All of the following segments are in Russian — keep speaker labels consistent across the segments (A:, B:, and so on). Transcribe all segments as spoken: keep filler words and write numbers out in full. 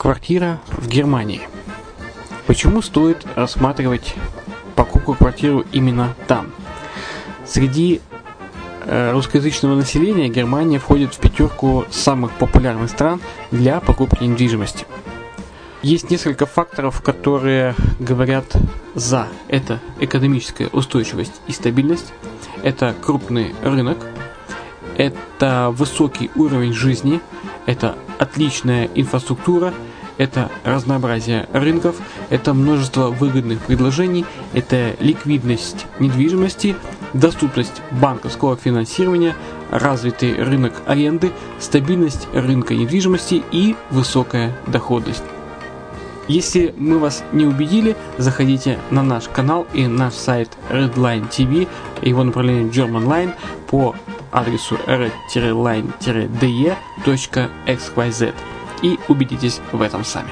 A: Квартира в Германии. Почему стоит рассматривать покупку квартиры именно там? Среди э, русскоязычного населения Германия входит в пятерку самых популярных стран для покупки недвижимости. Есть несколько факторов, которые говорят за. Это экономическая устойчивость и стабильность, это крупный рынок, это высокий уровень жизни, это отличная инфраструктура, это разнообразие рынков, это множество выгодных предложений, это ликвидность недвижимости, доступность банковского финансирования, развитый рынок аренды, стабильность рынка недвижимости и высокая доходность. Если мы вас не убедили, заходите на наш канал и наш сайт Redline ти ви, его направление Germanline по адресу red line d e точка x y z и убедитесь в этом сами.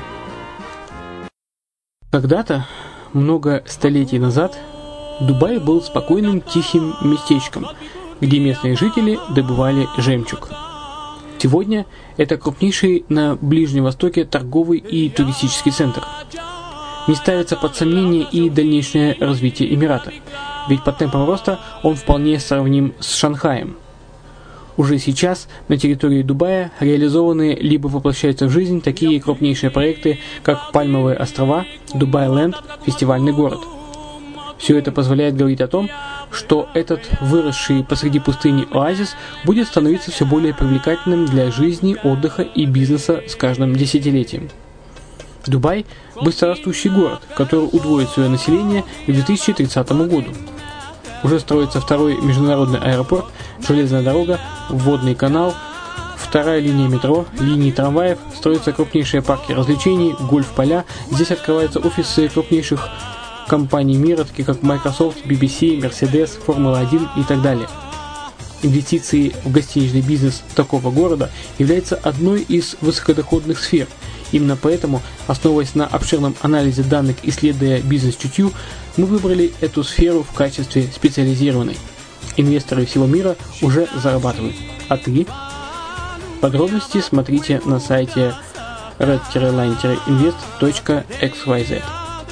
A: Когда-то, много столетий назад, Дубай был спокойным тихим местечком, где местные жители добывали жемчуг. Сегодня это крупнейший на Ближнем Востоке торговый и туристический центр. Не ставится под сомнение и дальнейшее развитие Эмирата, ведь по темпам роста он вполне сравним с Шанхаем. Уже сейчас на территории Дубая реализованы либо воплощаются в жизнь такие крупнейшие проекты, как Пальмовые острова, Дубай-Ленд, фестивальный город. Все это позволяет говорить о том, что этот выросший посреди пустыни оазис будет становиться все более привлекательным для жизни, отдыха и бизнеса с каждым десятилетием. Дубай – быстрорастущий город, который удвоит свое население к две тысячи тридцатому году. Уже строится второй международный аэропорт, железная дорога, водный канал, вторая линия метро, линии трамваев, строятся крупнейшие парки развлечений, гольф-поля. Здесь открываются офисы крупнейших компаний мира, таких как Microsoft, би би си, Mercedes, Формула один и так далее. Инвестиции в гостиничный бизнес такого города являются одной из высокодоходных сфер. Именно поэтому, основываясь на обширном анализе данных, исследуя бизнес-чутью, мы выбрали эту сферу в качестве специализированной. Инвесторы всего мира уже зарабатывают. А ты? Подробности смотрите на сайте red line invest точка x y z.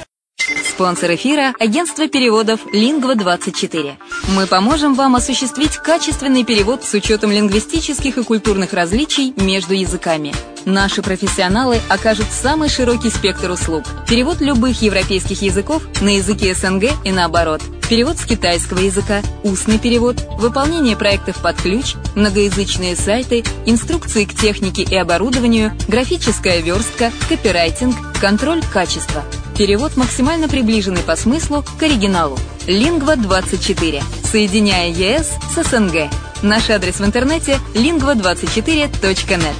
B: Спонсор эфира – агентство переводов лингва двадцать четыре. Мы поможем вам осуществить качественный перевод с учетом лингвистических и культурных различий между языками. Наши профессионалы окажут самый широкий спектр услуг. Перевод любых европейских языков на языки эс эн гэ и наоборот. Перевод с китайского языка, устный перевод, выполнение проектов под ключ, многоязычные сайты, инструкции к технике и оборудованию, графическая верстка, копирайтинг, контроль качества. Перевод максимально приближенный по смыслу к оригиналу. лингва двадцать четыре. Соединяя е эс с эс эн гэ. Наш адрес в интернете лингва двадцать четыре точка нет.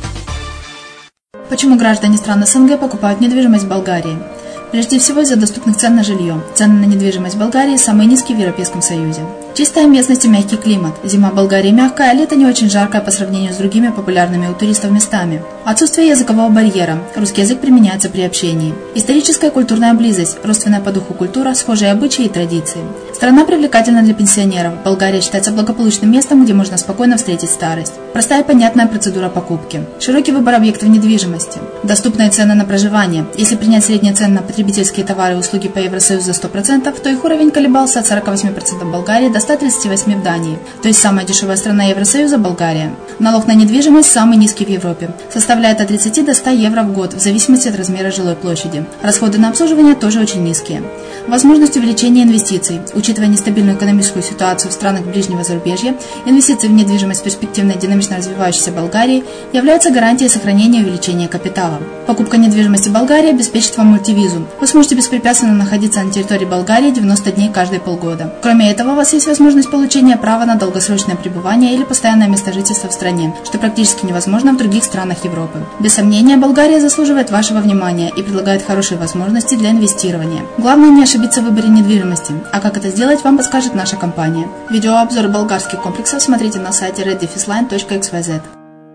C: Почему граждане стран эс эн гэ покупают недвижимость в Болгарии? Прежде всего из-за доступных цен на жилье. Цены на недвижимость в Болгарии самые низкие в Европейском Союзе. Чистая местность и мягкий климат. Зима в Болгарии мягкая, а лето не очень жаркое по сравнению с другими популярными у туристов местами. Отсутствие языкового барьера. Русский язык применяется при общении. Историческая и культурная близость. Родственная по духу культура, схожие обычаи и традиции. Страна привлекательна для пенсионеров. Болгария считается благополучным местом, где можно спокойно встретить старость. Простая и понятная процедура покупки. Широкий выбор объектов недвижимости. Доступные цены на проживание. Если принять средние цены на потребительские товары и услуги по Евросоюзу за сто процентов, то их уровень колебался от сорок восемь процентов в Болгарии до ста тридцати восьми процентов в Дании. То есть самая дешевая страна Евросоюза – Болгария. Налог на недвижимость самый низкий в Европе. Составляет от тридцати до ста евро в год, в зависимости от размера жилой площади. Расходы на обслуживание тоже очень низкие. Возможность увеличения инвестиций. Учитывая нестабильную экономическую ситуацию в странах ближнего зарубежья, инвестиции в недвижимость в перспективной динамично развивающейся Болгарии являются гарантией сохранения и увеличения капитала. Покупка недвижимости в Болгарии обеспечит вам мультивизу. Вы сможете беспрепятственно находиться на территории Болгарии девяносто дней каждые полгода. Кроме этого, у вас есть возможность получения права на долгосрочное пребывание или постоянное место жительства в стране, что практически невозможно в других странах Европы. Без сомнения, Болгария заслуживает вашего внимания и предлагает хорошие возможности для инвестирования. Главное не ошибиться в выборе недвижимости, а как это сделать, вам подскажет наша компания. Видеообзор болгарских комплексов смотрите на сайте red line точка x y z.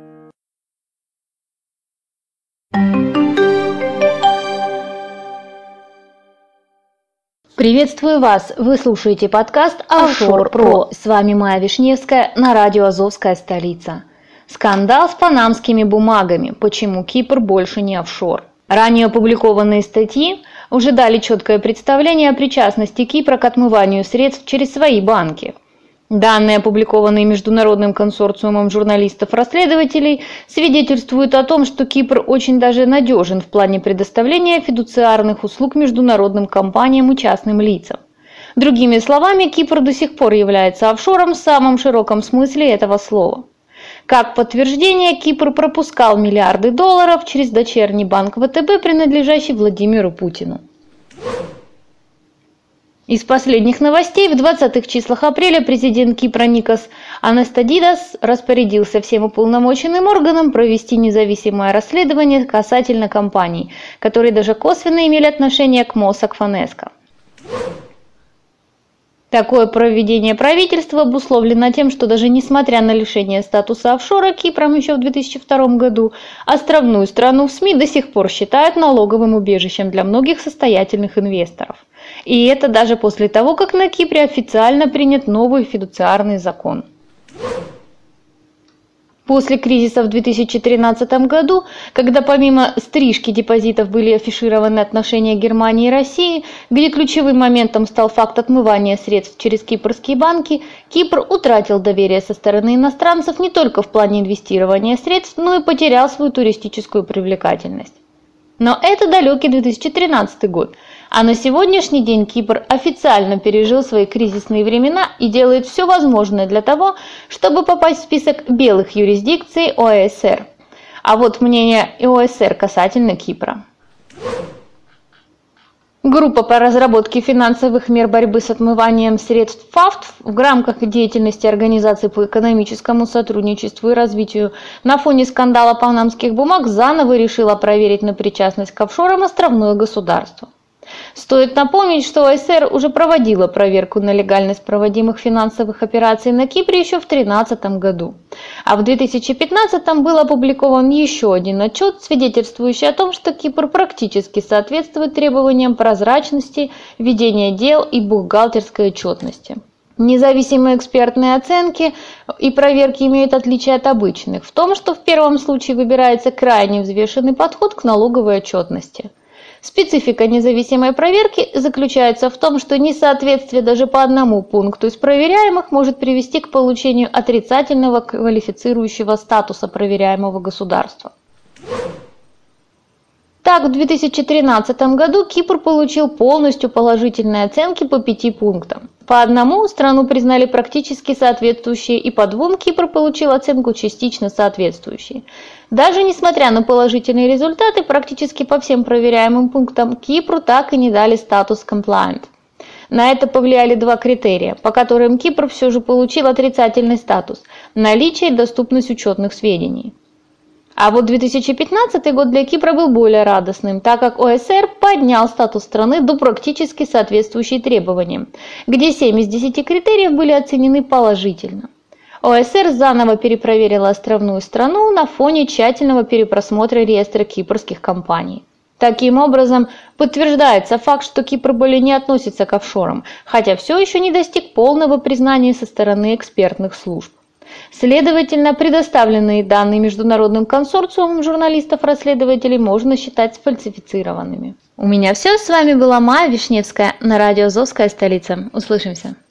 D: Приветствую вас! Вы слушаете подкаст «Офшор Про». С вами Майя Вишневская на радио «Азовская столица». Скандал с панамскими бумагами. Почему Кипр больше не офшор? Ранее опубликованные статьи уже дали четкое представление о причастности Кипра к отмыванию средств через свои банки. Данные, опубликованные Международным консорциумом журналистов-расследователей, свидетельствуют о том, что Кипр очень даже надежен в плане предоставления фидуциарных услуг международным компаниям и частным лицам. Другими словами, Кипр до сих пор является офшором в самом широком смысле этого слова. Как подтверждение, Кипр пропускал миллиарды долларов через дочерний банк ВТБ, принадлежащий Владимиру Путину. Из последних новостей в двадцатых числах апреля президент Кипра Никос Анастасидис распорядился всем уполномоченным органам провести независимое расследование касательно компаний, которые даже косвенно имели отношение к Mossack Fonesca. Такое проведение правительства обусловлено тем, что даже несмотря на лишение статуса офшора Кипром еще в две тысячи втором году, островную страну в СМИ до сих пор считают налоговым убежищем для многих состоятельных инвесторов. И это даже после того, как на Кипре официально принят новый фидуциарный закон. После кризиса в две тысячи тринадцатом году, когда помимо стрижки депозитов были афишированы отношения Германии и России, где ключевым моментом стал факт отмывания средств через кипрские банки, Кипр утратил доверие со стороны иностранцев не только в плане инвестирования средств, но и потерял свою туристическую привлекательность. Но это далекий две тысячи тринадцатый год, а на сегодняшний день Кипр официально пережил свои кризисные времена и делает все возможное для того, чтобы попасть в список белых юрисдикций ОЭСР. А вот мнение ОЭСР касательно Кипра. Группа по разработке финансовых мер борьбы с отмыванием средств ФАФТ в рамках деятельности Организации по экономическому сотрудничеству и развитию на фоне скандала панамских бумаг заново решила проверить на причастность к офшорам островное государство. Стоит напомнить, что ОЭСР уже проводила проверку на легальность проводимых финансовых операций на Кипре еще в две тысячи тринадцатом году, а в две тысячи пятнадцатом был опубликован еще один отчет, свидетельствующий о том, что Кипр практически соответствует требованиям прозрачности, ведения дел и бухгалтерской отчетности. Независимые экспертные оценки и проверки имеют отличие от обычных в том, что в первом случае выбирается крайне взвешенный подход к налоговой отчетности. Специфика независимой проверки заключается в том, что несоответствие даже по одному пункту из проверяемых может привести к получению отрицательного квалифицирующего статуса проверяемого государства. Так, в две тысячи тринадцатом году Кипр получил полностью положительные оценки по пяти пунктам. По одному страну признали практически соответствующей, и по двум Кипр получил оценку частично соответствующей. Даже несмотря на положительные результаты, практически по всем проверяемым пунктам Кипру так и не дали статус compliant. На это повлияли два критерия, по которым Кипр все же получил отрицательный статус – наличие и доступность учетных сведений. А вот две тысячи пятнадцатый год для Кипра был более радостным, так как ОЭСР поднял статус страны до практически соответствующей требованиям, где семь из десяти критериев были оценены положительно. ОЭСР заново перепроверила островную страну на фоне тщательного перепросмотра реестра кипрских компаний. Таким образом, подтверждается факт, что Кипр более не относится к офшорам, хотя все еще не достиг полного признания со стороны экспертных служб. Следовательно, предоставленные данные Международным консорциумом журналистов-расследователей можно считать сфальсифицированными. У меня все. С вами была Майя Вишневская на радио «Азовская столица». Услышимся.